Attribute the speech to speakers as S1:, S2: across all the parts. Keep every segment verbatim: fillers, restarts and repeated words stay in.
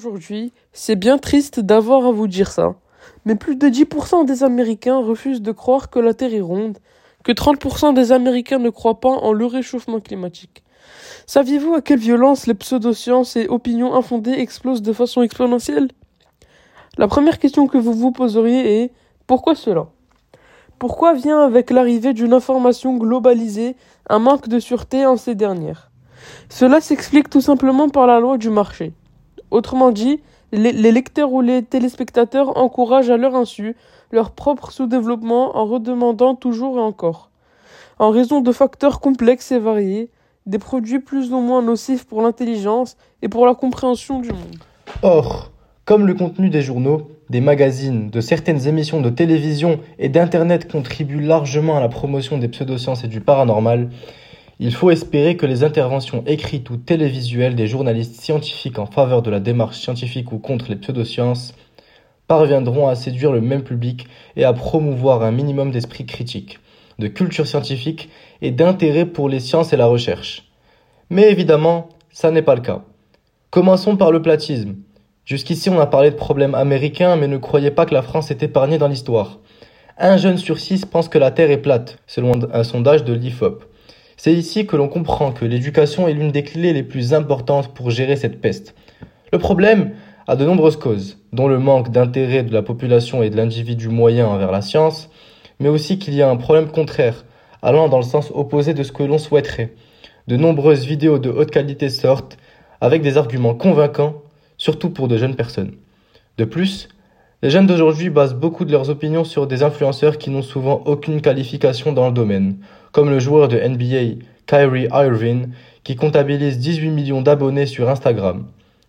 S1: Aujourd'hui, c'est bien triste d'avoir à vous dire ça, mais plus de dix pour cent des Américains refusent de croire que la Terre est ronde, que trente pour cent des Américains ne croient pas en le réchauffement climatique. Saviez-vous à quelle violence les pseudosciences et opinions infondées explosent de façon exponentielle? La première question que vous vous poseriez est « Pourquoi cela ?» Pourquoi vient avec l'arrivée d'une information globalisée un manque de sûreté en ces dernières? Cela s'explique tout simplement par la loi du marché. Autrement dit, les, les lecteurs ou les téléspectateurs encouragent à leur insu leur propre sous-développement en redemandant toujours et encore. En raison de facteurs complexes et variés, des produits plus ou moins nocifs pour l'intelligence et pour la compréhension du monde.
S2: Or, comme le contenu des journaux, des magazines, de certaines émissions de télévision et d'Internet contribue largement à la promotion des pseudosciences et du paranormal, il faut espérer que les interventions écrites ou télévisuelles des journalistes scientifiques en faveur de la démarche scientifique ou contre les pseudosciences parviendront à séduire le même public et à promouvoir un minimum d'esprit critique, de culture scientifique et d'intérêt pour les sciences et la recherche. Mais évidemment, ça n'est pas le cas. Commençons par le platisme. Jusqu'ici, on a parlé de problèmes américains, mais ne croyez pas que la France est épargnée dans l'histoire. Un jeune sur six pense que la Terre est plate, selon un sondage de l'I F O P. C'est ici que l'on comprend que l'éducation est l'une des clés les plus importantes pour gérer cette peste. Le problème a de nombreuses causes, dont le manque d'intérêt de la population et de l'individu moyen envers la science, mais aussi qu'il y a un problème contraire, allant dans le sens opposé de ce que l'on souhaiterait. De nombreuses vidéos de haute qualité sortent, avec des arguments convaincants, surtout pour de jeunes personnes. De plus, les jeunes d'aujourd'hui basent beaucoup de leurs opinions sur des influenceurs qui n'ont souvent aucune qualification dans le domaine, comme le joueur de N B A Kyrie Irving, qui comptabilise dix-huit millions d'abonnés sur Instagram.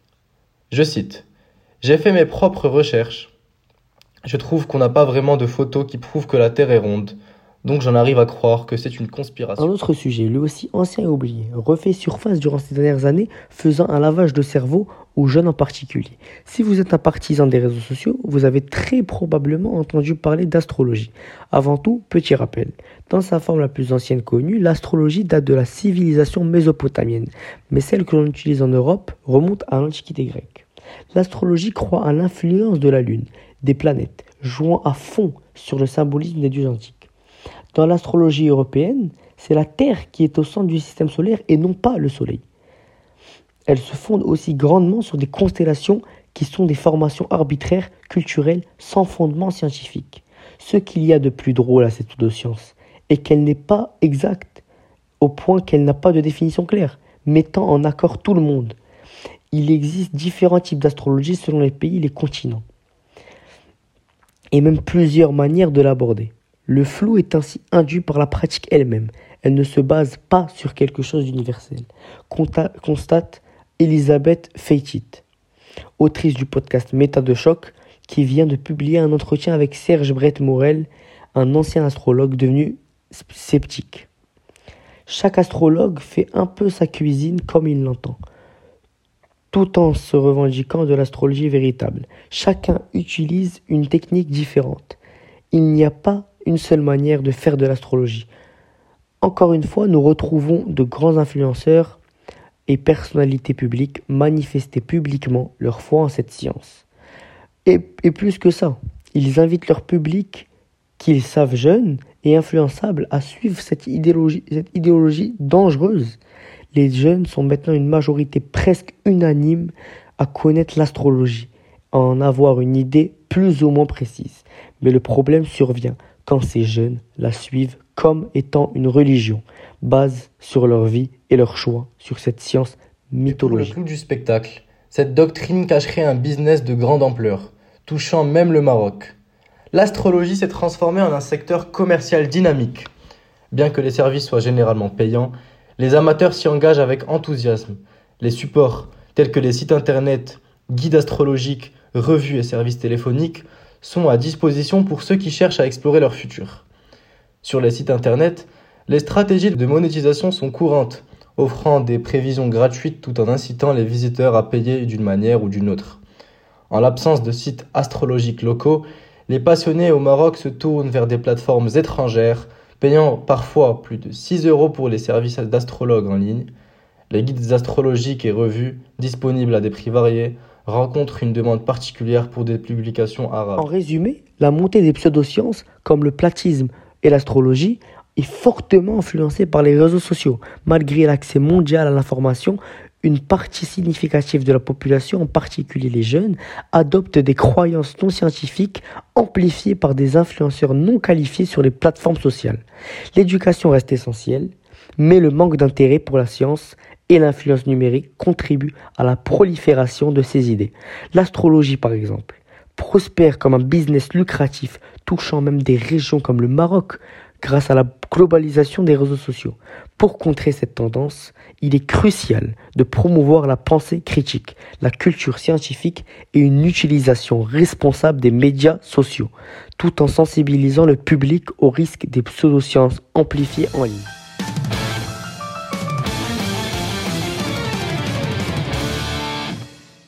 S2: Je cite, « J'ai fait mes propres recherches. Je trouve qu'on n'a pas vraiment de photos qui prouvent que la Terre est ronde. Donc j'en arrive à croire que c'est une conspiration. »
S3: Un autre sujet, lui aussi ancien et oublié, refait surface durant ces dernières années, faisant un lavage de cerveau aux jeunes en particulier. Si vous êtes un partisan des réseaux sociaux, vous avez très probablement entendu parler d'astrologie. Avant tout, petit rappel, dans sa forme la plus ancienne connue, l'astrologie date de la civilisation mésopotamienne, mais celle que l'on utilise en Europe remonte à l'Antiquité grecque. L'astrologie croit à l'influence de la Lune, des planètes, jouant à fond sur le symbolisme des dieux antiques. Dans l'astrologie européenne, c'est la Terre qui est au centre du système solaire et non pas le Soleil. Elle se fonde aussi grandement sur des constellations qui sont des formations arbitraires, culturelles, sans fondement scientifique. Ce qu'il y a de plus drôle à cette pseudo-science est qu'elle n'est pas exacte, au point qu'elle n'a pas de définition claire, mettant en accord tout le monde. Il existe différents types d'astrologie selon les pays et les continents, et même plusieurs manières de l'aborder. Le flou est ainsi induit par la pratique elle-même. Elle ne se base pas sur quelque chose d'universel, Conta- constate Elisabeth Feitit, autrice du podcast Méta de choc, qui vient de publier un entretien avec Serge Brett-Morel, un ancien astrologue devenu sceptique. Chaque astrologue fait un peu sa cuisine comme il l'entend, tout en se revendiquant de l'astrologie véritable. Chacun utilise une technique différente. Il n'y a pas une seule manière de faire de l'astrologie. Encore une fois, nous retrouvons de grands influenceurs et personnalités publiques manifester publiquement leur foi en cette science. Et, et plus que ça, ils invitent leur public, qu'ils savent jeune et influençable, à suivre cette idéologie, cette idéologie dangereuse. Les jeunes sont maintenant une majorité presque unanime à connaître l'astrologie, à en avoir une idée plus ou moins précise. Mais le problème survient quand ces jeunes la suivent comme étant une religion, base sur leur vie et leur choix sur cette science mythologique.
S2: Et pour le clou du spectacle, cette doctrine cacherait un business de grande ampleur, touchant même le Maroc. L'astrologie s'est transformée en un secteur commercial dynamique. Bien que les services soient généralement payants, les amateurs s'y engagent avec enthousiasme. Les supports, tels que les sites internet, guides astrologiques, revues et services téléphoniques, sont à disposition pour ceux qui cherchent à explorer leur futur. Sur les sites internet, les stratégies de monétisation sont courantes, offrant des prévisions gratuites tout en incitant les visiteurs à payer d'une manière ou d'une autre. En l'absence de sites astrologiques locaux, les passionnés au Maroc se tournent vers des plateformes étrangères, payant parfois plus de six euros pour les services d'astrologues en ligne. Les guides astrologiques et revues, disponibles à des prix variés, rencontrent une demande particulière pour des publications arabes.
S3: En résumé, la montée des pseudosciences, comme le platisme et l'astrologie, est fortement influencée par les réseaux sociaux. Malgré l'accès mondial à l'information, une partie significative de la population, en particulier les jeunes, adopte des croyances non scientifiques amplifiées par des influenceurs non qualifiés sur les plateformes sociales. L'éducation reste essentielle, mais le manque d'intérêt pour la science et l'influence numérique contribuent à la prolifération de ces idées. L'astrologie, par exemple, prospère comme un business lucratif, touchant même des régions comme le Maroc, grâce à la globalisation des réseaux sociaux. Pour contrer cette tendance, il est crucial de promouvoir la pensée critique, la culture scientifique et une utilisation responsable des médias sociaux, tout en sensibilisant le public au risque des pseudosciences amplifiées en ligne.